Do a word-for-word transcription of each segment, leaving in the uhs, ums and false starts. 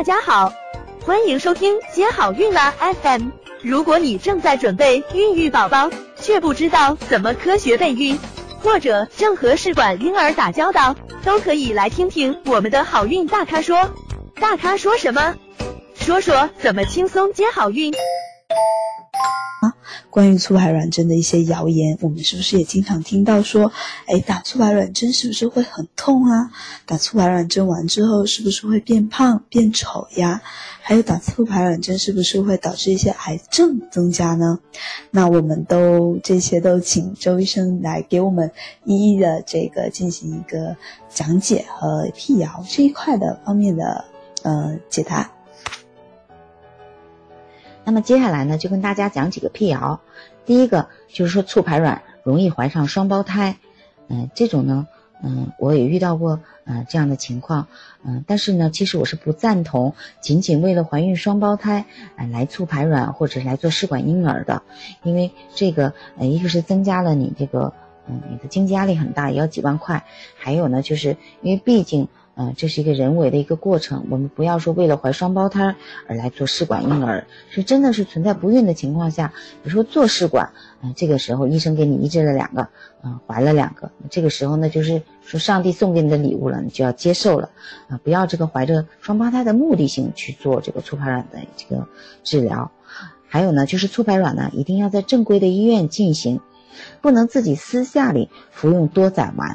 大家好，欢迎收听接好运啦 F M。如果你正在准备孕育宝宝，却不知道怎么科学备孕，或者正和试管婴儿打交道，都可以来听听我们的好运大咖说。大咖说什么？说说怎么轻松接好运。 关于促排卵针的一些谣言，我们是不是也经常听到说，哎，打促排卵针是不是会很痛啊？打促排卵针完之后是不是会变胖变丑呀？还有打促排卵针是不是会导致一些癌症增加呢？那我们都这些都请周医生来给我们一一的这个进行一个讲解和辟谣这一块的方面的呃解答。 那么接下来呢，就跟大家讲几个辟谣。第一个就是说促排卵容易怀上双胞胎，嗯、呃，这种呢，嗯、呃，我也遇到过呃这样的情况，嗯、呃，但是呢，其实我是不赞同仅仅为了怀孕双胞胎，呃，来促排卵或者是来做试管婴儿的，因为这个呃一个是增加了你这个嗯、呃、你的经济压力很大，也要几万块，还有呢，就是因为毕竟。呃，这是一个人为的一个过程，我们不要说为了怀双胞胎而来做试管婴儿，是真的是存在不孕的情况下，比如说做试管，呃，这个时候医生给你医治了两个，嗯、呃，怀了两个，这个时候呢，就是说上帝送给你的礼物了，你就要接受了，啊、呃，不要这个怀着双胞胎的目的性去做这个促排卵的这个治疗。还有呢，就是促排卵呢，一定要在正规的医院进行，不能自己私下里服用多载丸。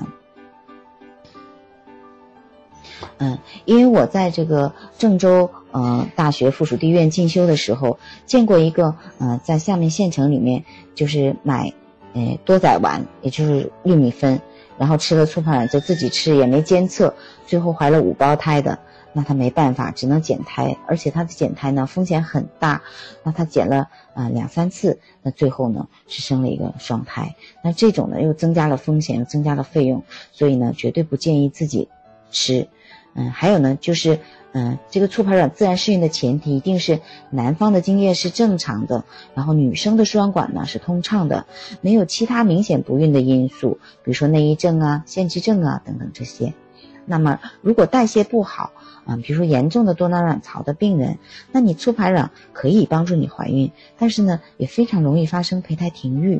嗯，因为我在这个郑州呃大学附属地院进修的时候，见过一个呃在厦门县城里面就是买呃多载丸，也就是玉米酚，然后吃了促排卵就自己吃，也没监测，最后怀了五胞胎的。那他没办法，只能减胎，而且他的减胎呢风险很大，那他减了呃两三次，那最后呢是生了一个双胎。那这种呢又增加了风险，又增加了费用，所以呢绝对不建议自己吃。嗯，还有呢，就是，嗯，这个促排卵自然试孕的前提一定是男方的精液是正常的，然后女生的输卵管呢是通畅的，没有其他明显不孕的因素，比如说内异症啊、腺肌症啊等等这些。那么，如果代谢不好，嗯，比如说严重的多囊卵巢的病人，那你促排卵可以帮助你怀孕，但是呢，也非常容易发生胚胎停育。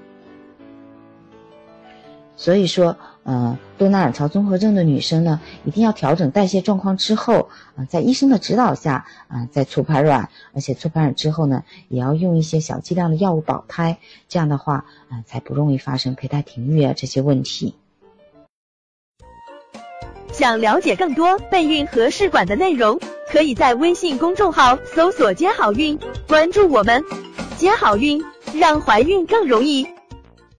所以说，呃，多囊卵巢综合症的女生呢，一定要调整代谢状况之后，啊、呃，在医生的指导下，啊、呃，再促排卵，而且促排卵之后呢，也要用一些小剂量的药物保胎，这样的话，啊、呃，才不容易发生胚胎停育啊这些问题。 想了解更多备孕和试管的内容，可以在微信公众号搜索接好运，关注我们，接好运，让怀孕更容易。